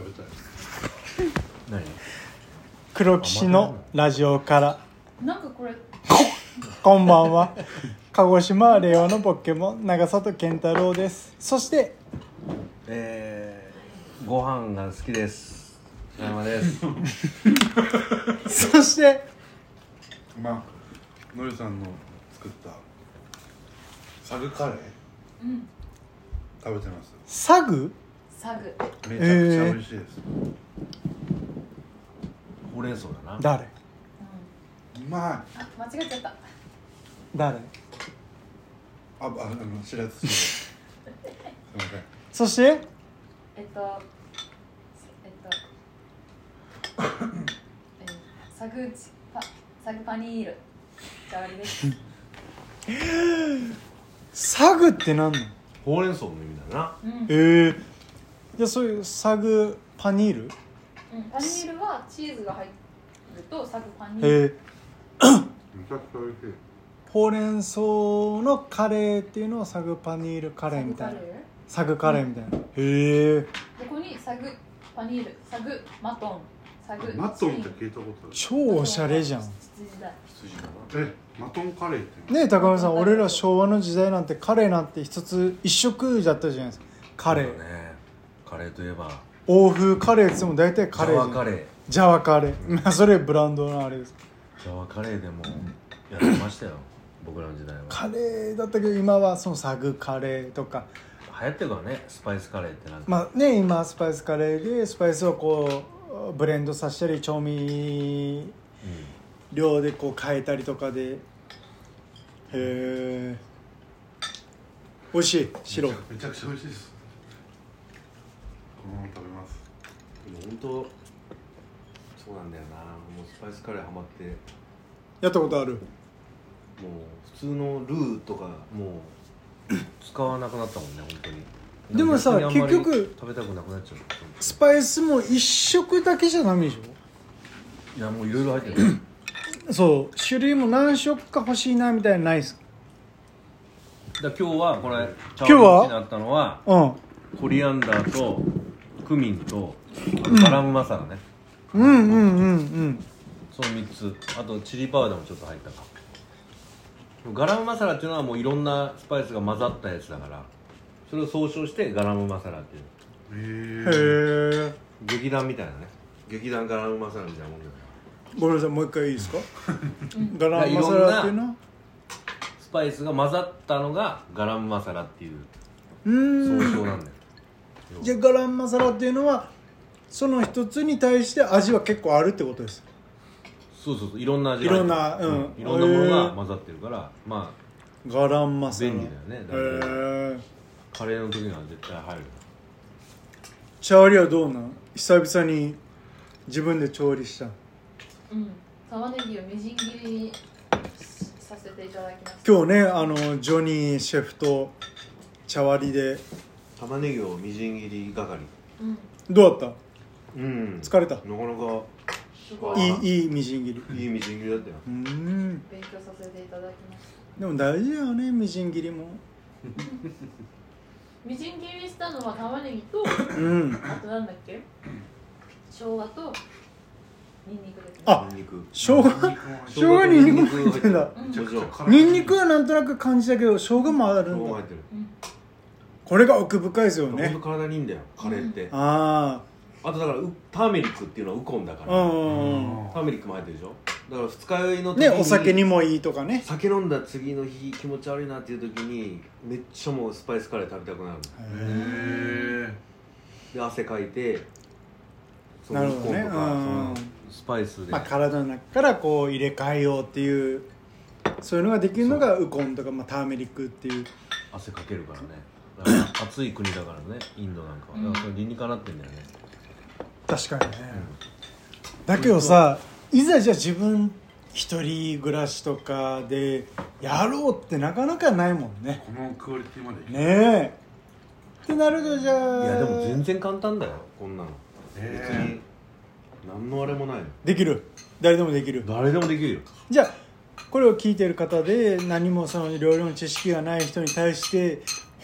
べたい。 何？ 黒騎士のラジオからなんかこれこんばんは。鹿児島令和のポケモン長里健太郎です。そしてご飯が好きです。白山です。 そしてのりさんの作ったサグカレー、食べてます。 サグサグめちゃくちゃ美味しいです。 ほうれん草だな。 誰うまい。 あ、間違えちゃった誰白津氏です。すいません。 そしてサグパニールじゃわりですサグって何なの？ ほうれん草の意味だな。 じゃあそういうサグパニール？ パニールはチーズが入るとサグパニール。 めちゃくちゃ美味しい。 ほうれん草のカレーっていうのはサグパニールカレーみたいな。サグカレーみたいな。へえ。 ここにサグパニール、サグマトン、サグマトンって聞いたことある。 超おしゃれじゃん。 羊だ。 羊だな。 マトンカレーってねえ高村さん、俺ら昭和の時代なんてカレーなんて一食だったじゃないですか。カレー、 そうだね。カレーといえば欧風カレーって言っても大体カレーじゃん。 ジャワカレー。 ジャワカレー、まあそれブランドのあれです。 ジャワカレーでもやってましたよ。僕らの時代は。 カレーだったけど今はそのサグカレーとか、 流行ってるからね、スパイスカレーってなんか。 まあね、今スパイスカレーでスパイスをこうブレンドさせたり調味料でこう変えたりとかで、へえ、美味しい。白めちゃくちゃ美味しいです。このまま食べます。 でも本当そうなんだよな。もうスパイスカレーハマってもやったことある？ う普通のルーとかもう使わなくなったもんね、本当に。 でもさ、 逆にあんまり結局食べたくなくなっちゃう。 スパイスも一食だけじゃダメでしいやもういろいろ入ってる。 ょ？そう、種類も何色か欲しいなみたいなのないっすか？ だ今日はこれ今日はになったのはうんコリアンダーとクミンとガラムマサラね、 うんうんうんうんその3つ、あとチリパウダーもちょっと入ったか。ガラムマサラっていうのはもういろんなスパイスが混ざったやつだから、それを総称してガラムマサラっていう。 へえ。 劇団みたいなね、劇団ガラムマサラみたいなもんだよ。 ごめんなさい、もう一回いいですか？ガラムマサラっていうのはスパイスが混ざったのがガラムマサラっていう総称なんだよ。 じゃあガラムマサラっていうのはその一つに対して味は結構あるってことです。 そうそうそう、いろんな味が入ってる。いろんなものが混ざってるから、まあガラムマサラ便利だよね。 へえ。 カレーの時には絶対入る。 調理はどうなん？久々に自分で調理した。 玉ねぎをみじん切りにさせていただきます。 今日ね、ジョニーシェフと茶割りで。 玉ねぎをみじん切り係。 どうだった？疲れた？ なかなかすごいいいみじん切り。 いいみじん切りだったよ。 勉強させていただきました。 でも大事だよね、みじん切りも。 みじん切りしたのは玉ねぎと、あとなんだっけ、生姜とニンニクですね。 あ、 ニンニク。 生姜にニンニク入ってんだ。ニンニクはなんとなく感じたけど生姜もあるんだ。 入ってる。 これが奥深いですよね。 本当体にいいんだよ、カレーって。 あとだからターメリックっていうのはウコンだから。ターメリックも入ってるでしょ。だから二日酔いの時にね、お酒にもいいとかね。 酒飲んだ次の日気持ち悪いなっていう時にめっちゃもうスパイスカレー食べたくなる。で汗かいて、そのウコンとかそのスパイスで、 体の中からこう入れ替えようっていう、そういうのができるのがウコンとか、ターメリックっていう。 汗かけるからね。だから暑い国だからね、インドなんかは。だからそれ理にかなってんだよね。 確かにね。だけどさ、いざじゃあ自分一人暮らしとかでやろうってなかなかないもんね。 このクオリティまでいねえってなると、じゃあいやでも全然簡単だよ、こんなの。別に何のあれもないの。 できる。誰でもできる。 誰でもできるよ。 じゃあこれを聞いてる方で何もその料理の知識がない人に対して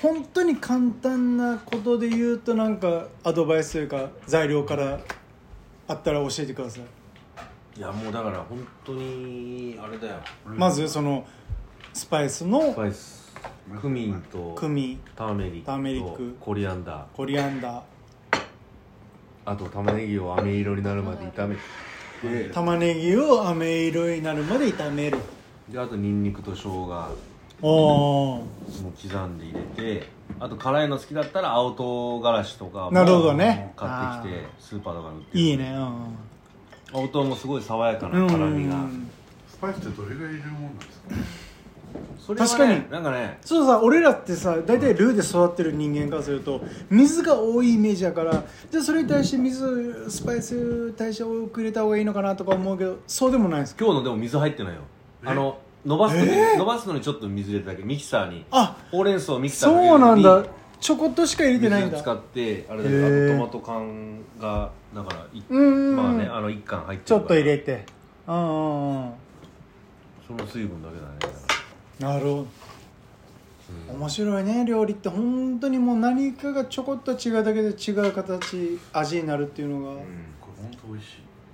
本当に簡単なことで言うとなんかアドバイスというか材料からあったら教えてください。 いやもうだから本当にあれだよ。 まずそのスパイスのスパイス、クミンとクミン、 ターメリック、コリアンダー、 コリアンダー、 あと玉ねぎを飴色になるまで炒めて、 玉ねぎを飴色になるまで炒める。 であとニンニクと生姜おも刻んで入れて、あと辛いの好きだったら青唐辛子とかもなるほどね買ってきてスーパーとかに売ってる。 いいね。 青唐もすごい爽やかな辛みが。 スパイスってどれぐらい入れるもんなんですか？ それはね、 確かになんかね、 そうさ、俺らってさ大体ルーで育ってる人間からすると水が多いイメージだから、じゃあそれに対して水スパイス代謝を多く入れた方がいいのかなとか思うけど、そうでもないですか？ 今日のでも水入ってないよ。伸ばすのにちょっと水入れただけ。ミキサーにほうれん草をミキサーにそうなんだ。ちょこっとしか入れてないんだ。 水使ってあれだけど、トマト缶がだからまあね1缶入ってるからちょっと入れて、 その水分だけだね。 なるほど、面白いね。料理って本当にもう何かがちょこっと違うだけで違う形味になるっていうのが、 これ本当美味しい。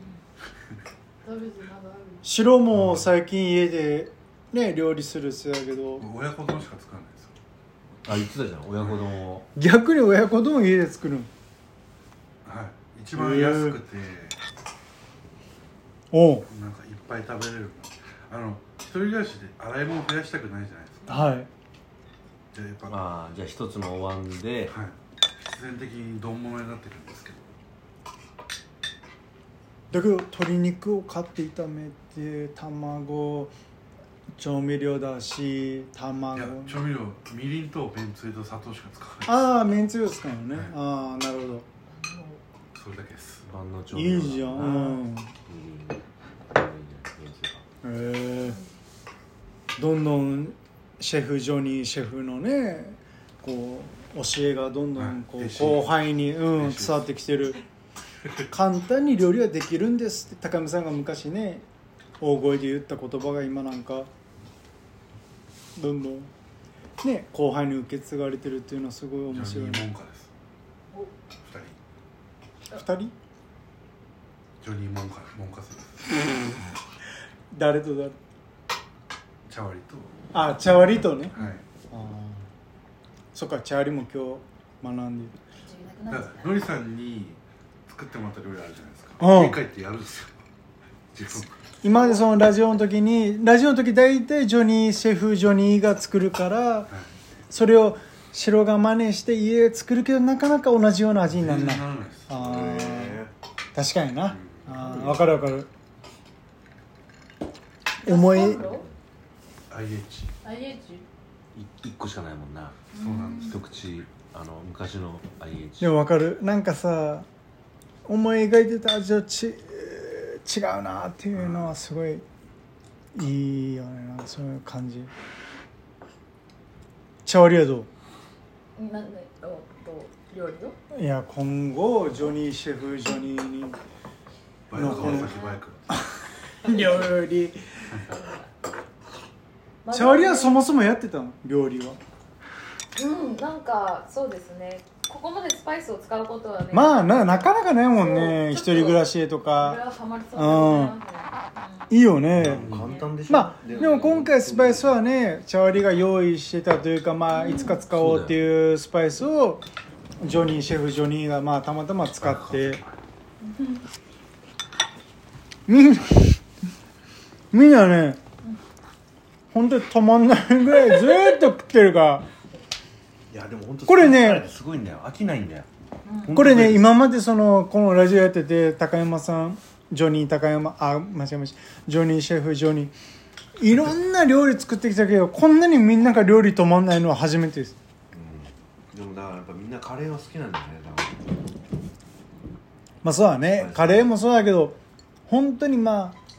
白も最近家でね料理するって言ってたけど、 親子丼しか作らないですよ。 あ、言ってたじゃん、親子丼を。 逆に親子丼家で作るの。 はい、一番安くて、 おう、 なんかいっぱい食べれる。一人暮らしで洗い物増やしたくないじゃないですか。 はい。 じゃあやっぱじゃあ一つのお椀で、 はい、必然的に丼物になってくるんですけど。 だけど鶏肉を買って炒めて、卵、調味料だし、卵。 いや、調味料みりんとめんつゆと砂糖しか使わない。 ああ、めんつゆ使うのね。 はい、 ああ、なるほど。 それだけです。 万能調味料いいじゃん。どんどんシェフジョニーシェフのねこう教えがどんどんこう後輩に伝わってきてる。簡単に料理はできるんですって高見さんが昔ね大声で言った言葉が今なんかどんどんね後輩に受け継がれてるっていうのはすごい面白い。 ジョニー・モンカです。 2人ジョニー・モンカスです。 誰と誰？ チャワリと。 あ、チャワリとね。 はい。 そっか、チャワリも今日学んでる。 だからノリさんに作ってもらった料理あるじゃないですか。家帰ってやるんですよ。自分。 今までそのラジオの時大体ジョニーシェフジョニーが作るから、はい、それを白が真似して家で作るけどなかなか同じような味にならない。確かにな。分かる分かる。思い IH 1個しかないもんな。 そうなんです。 一口昔の IH でも分かる。なんかさ思い描いてた味と違うなっていうのはすごいいいよね。そういう感じ。チャワリはどう？ 料理を？ いや今後ジョニーシェフジョニーにバイク川崎バイク料理チャワリはそもそもやってたの？料理は。 なんかそうですね。ここまでスパイスを使うことはね。 まあなかなかないもんね。一人暮らしとか。いいよね。 簡単でしょ。 まあでも今回スパイスはね、チャワリが用意してたというか、まあいつか使おうっていうスパイスをジョニーシェフジョニーがまあたまたま使ってみんなね、本当に止まんないぐらいずーっと食ってるから。 いやでも本当これねすごいんだよ。飽きないんだよ。 これね今までこのラジオやってて高山さんジョニー高山間違えましたジョニーシェフジョニーいろんな料理作ってきたけどこんなにみんなが料理止まんないのは初めてです。 でもだからやっぱみんなカレーは好きなんだよね。 まあそうだね、カレーもそうだけど本当にまあ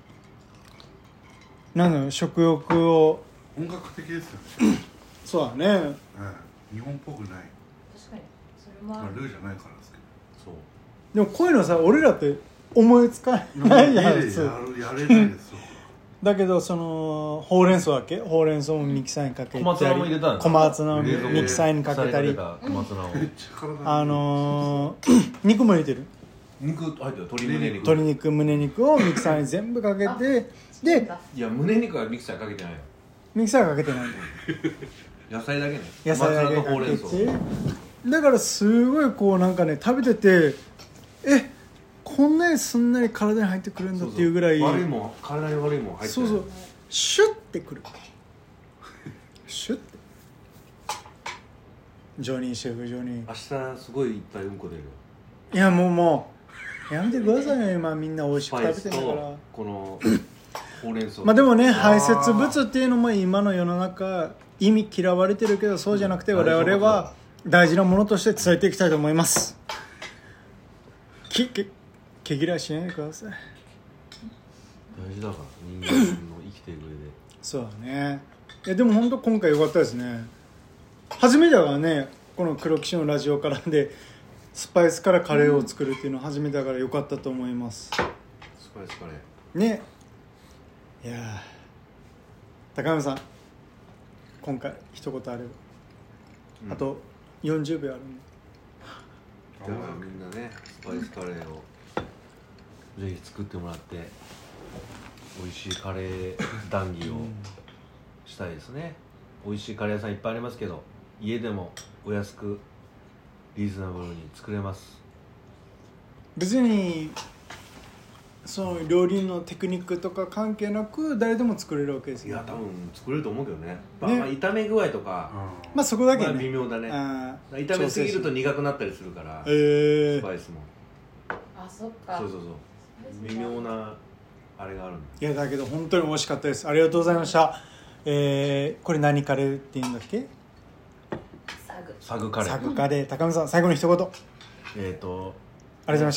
なんだろう、食欲を本格的ですよね。 そうだね、 日本っぽくない。 確かにそれは、 ルーじゃないからですけど。そうでもこういうのさ俺らって思いつかないじゃん。 やれないですよ。 だけどそのほうれん草だけほうれん草もミキサーにかけたり小松菜も入れたんだ小松菜もミキサーにかけたり小松菜をめっちゃ体に肉も入れてる肉入ってる鶏胸肉鶏肉胸肉をミキサーに全部かけてでいや胸肉はミキサーかけてないよミキサーかけてない野菜だけね野菜だけ小松菜とほうかけれん草てだからすごいこうなんかね食べててこんなにすんなり体に入ってくるんだっていうぐらい悪いもん体に悪いもん入ってそうそうシュッてくるシュッてジョニーシェフジョニー明日すごいいっぱいうんこ出るよいやもうやめてくださいよ今みんな美味しスパイスく食べてんだからとこのほうれん草まあでもね排泄物っていうのも今の世の中意味嫌われてるけどそうじゃなくて我々は大事なものとして伝えていきたいと思います毛嫌いしないでください大事だから人間の生きていく上でそうだねいやでも本当今回良かったですね初めてはねこの黒騎士のラジオからでスパイスからカレーを作るっていうのを初めてだから良かったと思いますスパイスカレーねいやー高山さん今回一言あれば、あと40秒あるんでだからみんなねスパイスカレーをぜひ作ってもらって美味しいカレー談義をしたいですね美味しいカレー屋さんいっぱいありますけど家でもお安くリーズナブルに作れます別にその料理のテクニックとか関係なく誰でも作れるわけですよいや多分作れると思うけどねまあ炒め具合とかまあそこだけね、 まあ微妙だね炒めすぎると苦くなったりするからスパイスもあそっかそう微妙なあれがあるんだいやだけど本当に美味しかったですありがとうございました、これ何カレーって言うんだっけサグカレーサグカレー高見さん最後に一言ありがとうございました